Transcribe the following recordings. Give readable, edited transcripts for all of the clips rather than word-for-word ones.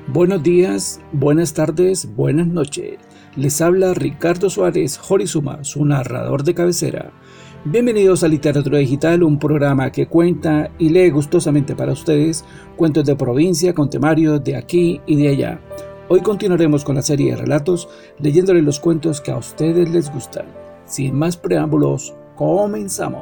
Buenos días, buenas tardes, buenas noches. Les habla Ricardo Suárez Jorizuma, su narrador de cabecera. Bienvenidos a Literatura Digital, un programa que cuenta y lee gustosamente para ustedes cuentos de provincia con temarios de aquí y de allá. Hoy continuaremos con la serie de relatos leyéndoles los cuentos que a ustedes les gustan. Sin más preámbulos, comenzamos.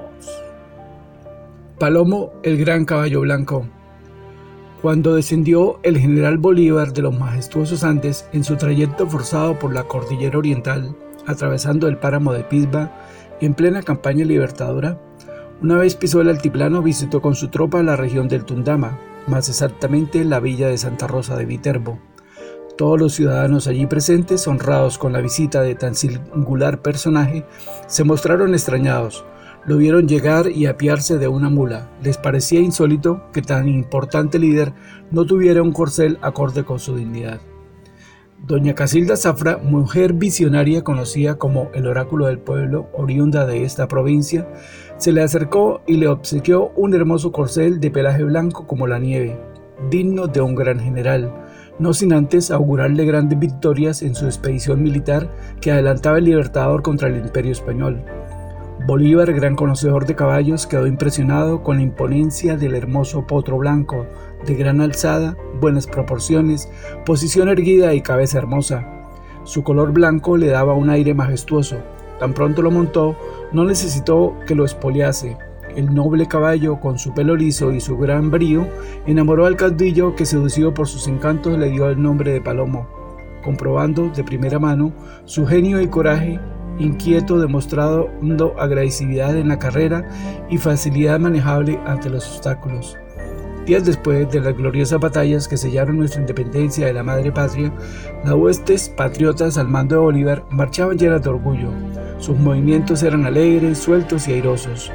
Palomo, el gran caballo blanco. Cuando descendió el general Bolívar de los majestuosos Andes en su trayecto forzado por la cordillera oriental, atravesando el páramo de Pisba, en plena campaña libertadora, una vez pisó el altiplano, visitó con su tropa la región del Tundama, más exactamente la villa de Santa Rosa de Viterbo. Todos los ciudadanos allí presentes, honrados con la visita de tan singular personaje, se mostraron extrañados. Lo vieron llegar y apearse de una mula. Les parecía insólito que tan importante líder no tuviera un corcel acorde con su dignidad. Doña Casilda Zafra, mujer visionaria conocida como el oráculo del pueblo, oriunda de esta provincia, se le acercó y le obsequió un hermoso corcel de pelaje blanco como la nieve, digno de un gran general, no sin antes augurarle grandes victorias en su expedición militar que adelantaba el Libertador contra el Imperio Español. Bolívar, gran conocedor de caballos, quedó impresionado con la imponencia del hermoso potro blanco, de gran alzada, buenas proporciones, posición erguida y cabeza hermosa. Su color blanco le daba un aire majestuoso. Tan pronto lo montó, no necesitó que lo espoliase. El noble caballo, con su pelo liso y su gran brío, enamoró al caudillo que, seducido por sus encantos, le dio el nombre de Palomo, comprobando de primera mano su genio y coraje, inquieto, demostrando agresividad en la carrera y facilidad manejable ante los obstáculos. Días después de las gloriosas batallas que sellaron nuestra independencia de la madre patria, las huestes patriotas al mando de Bolívar marchaban llenas de orgullo. Sus movimientos eran alegres, sueltos y airosos.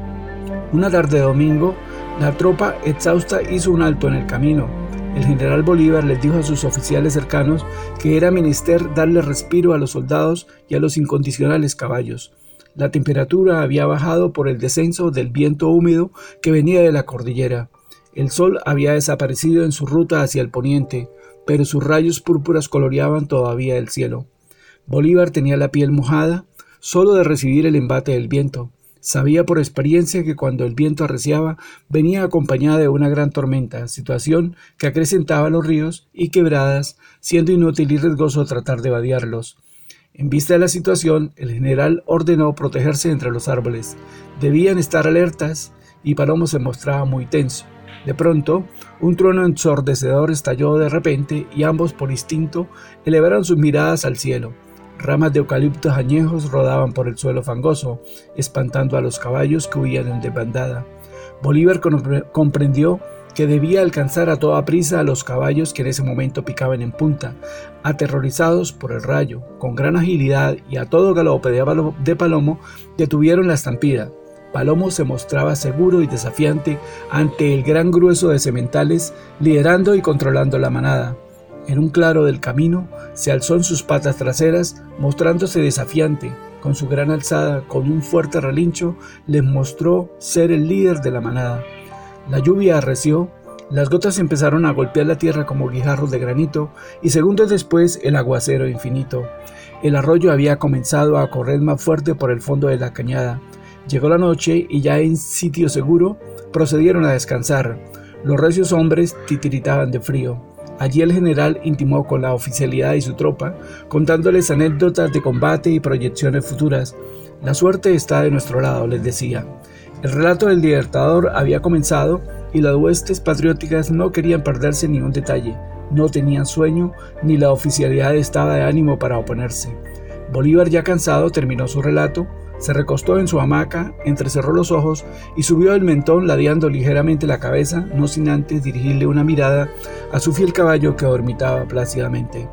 Una tarde de domingo, la tropa exhausta hizo un alto en el camino. El general Bolívar les dijo a sus oficiales cercanos que era menester darle respiro a los soldados y a los incondicionales caballos. La temperatura había bajado por el descenso del viento húmedo que venía de la cordillera. El sol había desaparecido en su ruta hacia el poniente, pero sus rayos púrpuras coloreaban todavía el cielo. Bolívar tenía la piel mojada solo de recibir el embate del viento. Sabía por experiencia que cuando el viento arreciaba venía acompañada de una gran tormenta, situación que acrecentaba los ríos y quebradas, siendo inútil y riesgoso tratar de vadearlos. En vista de la situación, el general ordenó protegerse entre los árboles. Debían estar alertas y Palomo se mostraba muy tenso. De pronto, un trueno ensordecedor estalló de repente y ambos, por instinto, elevaron sus miradas al cielo. Ramas de eucaliptos añejos rodaban por el suelo fangoso, espantando a los caballos que huían en desbandada. Bolívar comprendió que debía alcanzar a toda prisa a los caballos que en ese momento picaban en punta, aterrorizados por el rayo. Con gran agilidad y a todo galope de Palomo, detuvieron la estampida. Palomo se mostraba seguro y desafiante ante el gran grueso de sementales, liderando y controlando la manada. En un claro del camino, se alzó en sus patas traseras, mostrándose desafiante. Con su gran alzada, con un fuerte relincho, les mostró ser el líder de la manada. La lluvia arreció, las gotas empezaron a golpear la tierra como guijarros de granito, y segundos después el aguacero infinito. El arroyo había comenzado a correr más fuerte por el fondo de la cañada. Llegó la noche y ya en sitio seguro, procedieron a descansar. Los recios hombres titiritaban de frío. Allí el general intimó con la oficialidad y su tropa, contándoles anécdotas de combate y proyecciones futuras. La suerte está de nuestro lado, les decía. El relato del Libertador había comenzado y las huestes patrióticas no querían perderse ni un detalle. No tenían sueño, ni la oficialidad estaba de ánimo para oponerse. Bolívar, ya cansado, terminó su relato. Se recostó en su hamaca, entrecerró los ojos y subió el mentón ladeando ligeramente la cabeza, no sin antes dirigirle una mirada a su fiel caballo que dormitaba plácidamente.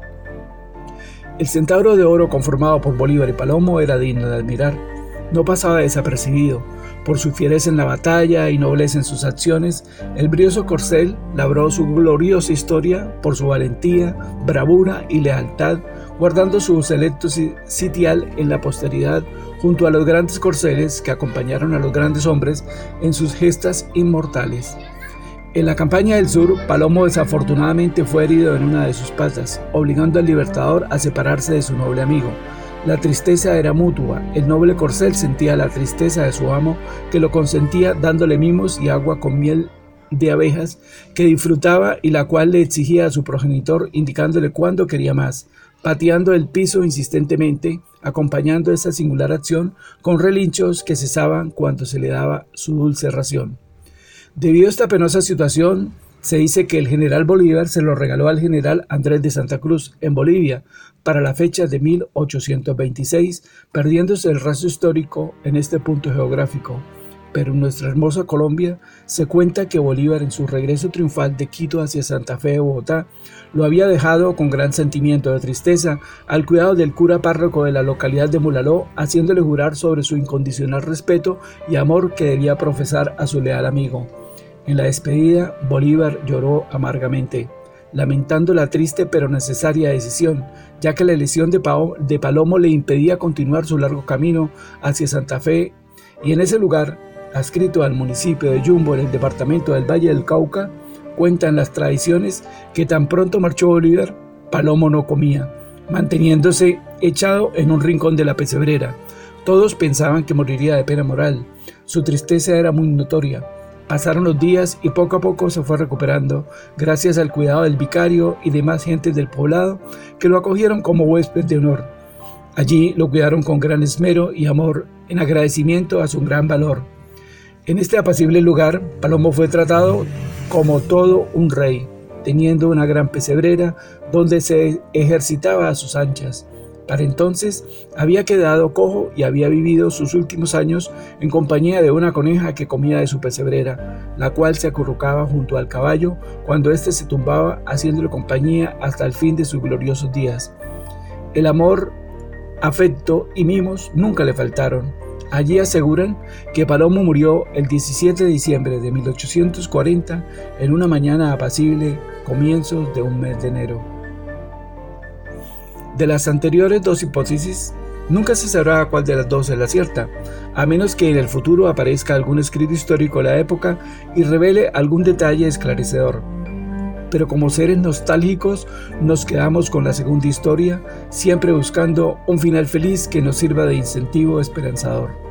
El centauro de oro conformado por Bolívar y Palomo era digno de admirar. No pasaba desapercibido. Por su fiereza en la batalla y nobleza en sus acciones, el brioso corcel labró su gloriosa historia por su valentía, bravura y lealtad, guardando su selecto sitial en la posteridad junto a los grandes corceles que acompañaron a los grandes hombres en sus gestas inmortales. En la campaña del sur, Palomo desafortunadamente fue herido en una de sus patas, obligando al libertador a separarse de su noble amigo. La tristeza era mutua. El noble corcel sentía la tristeza de su amo, que lo consentía dándole mimos y agua con miel de abejas que disfrutaba y la cual le exigía a su progenitor, indicándole cuándo quería más, pateando el piso insistentemente, acompañando esa singular acción con relinchos que cesaban cuando se le daba su dulce ración. Debido a esta penosa situación, se dice que el general Bolívar se lo regaló al general Andrés de Santa Cruz en Bolivia para la fecha de 1826, perdiéndose el rastro histórico en este punto geográfico. Pero en nuestra hermosa Colombia se cuenta que Bolívar, en su regreso triunfal de Quito hacia Santa Fe de Bogotá, lo había dejado con gran sentimiento de tristeza al cuidado del cura párroco de la localidad de Mulaló, haciéndole jurar sobre su incondicional respeto y amor que debía profesar a su leal amigo. En la despedida, Bolívar lloró amargamente, lamentando la triste pero necesaria decisión, ya que la lesión de Palomo le impedía continuar su largo camino hacia Santa Fe, y en ese lugar, adscrito al municipio de Yumbo en el departamento del Valle del Cauca, cuentan las tradiciones que tan pronto marchó Bolívar, Palomo no comía, manteniéndose echado en un rincón de la pesebrera. Todos pensaban que moriría de pena moral. Su tristeza era muy notoria. Pasaron los días y poco a poco se fue recuperando, gracias al cuidado del vicario y demás gentes del poblado que lo acogieron como huésped de honor. Allí lo cuidaron con gran esmero y amor en agradecimiento a su gran valor. En este apacible lugar, Palomo fue tratado como todo un rey, teniendo una gran pesebrera donde se ejercitaba a sus anchas. Para entonces había quedado cojo y había vivido sus últimos años en compañía de una coneja que comía de su pesebrera, la cual se acurrucaba junto al caballo cuando éste se tumbaba, haciéndole compañía hasta el fin de sus gloriosos días. El amor, afecto y mimos nunca le faltaron. Allí aseguran que Palomo murió el 17 de diciembre de 1840 en una mañana apacible, comienzos de un mes de enero. De las anteriores dos hipótesis, nunca se sabrá cuál de las dos es la cierta, a menos que en el futuro aparezca algún escrito histórico de la época y revele algún detalle esclarecedor. Pero como seres nostálgicos nos quedamos con la segunda historia, siempre buscando un final feliz que nos sirva de incentivo esperanzador.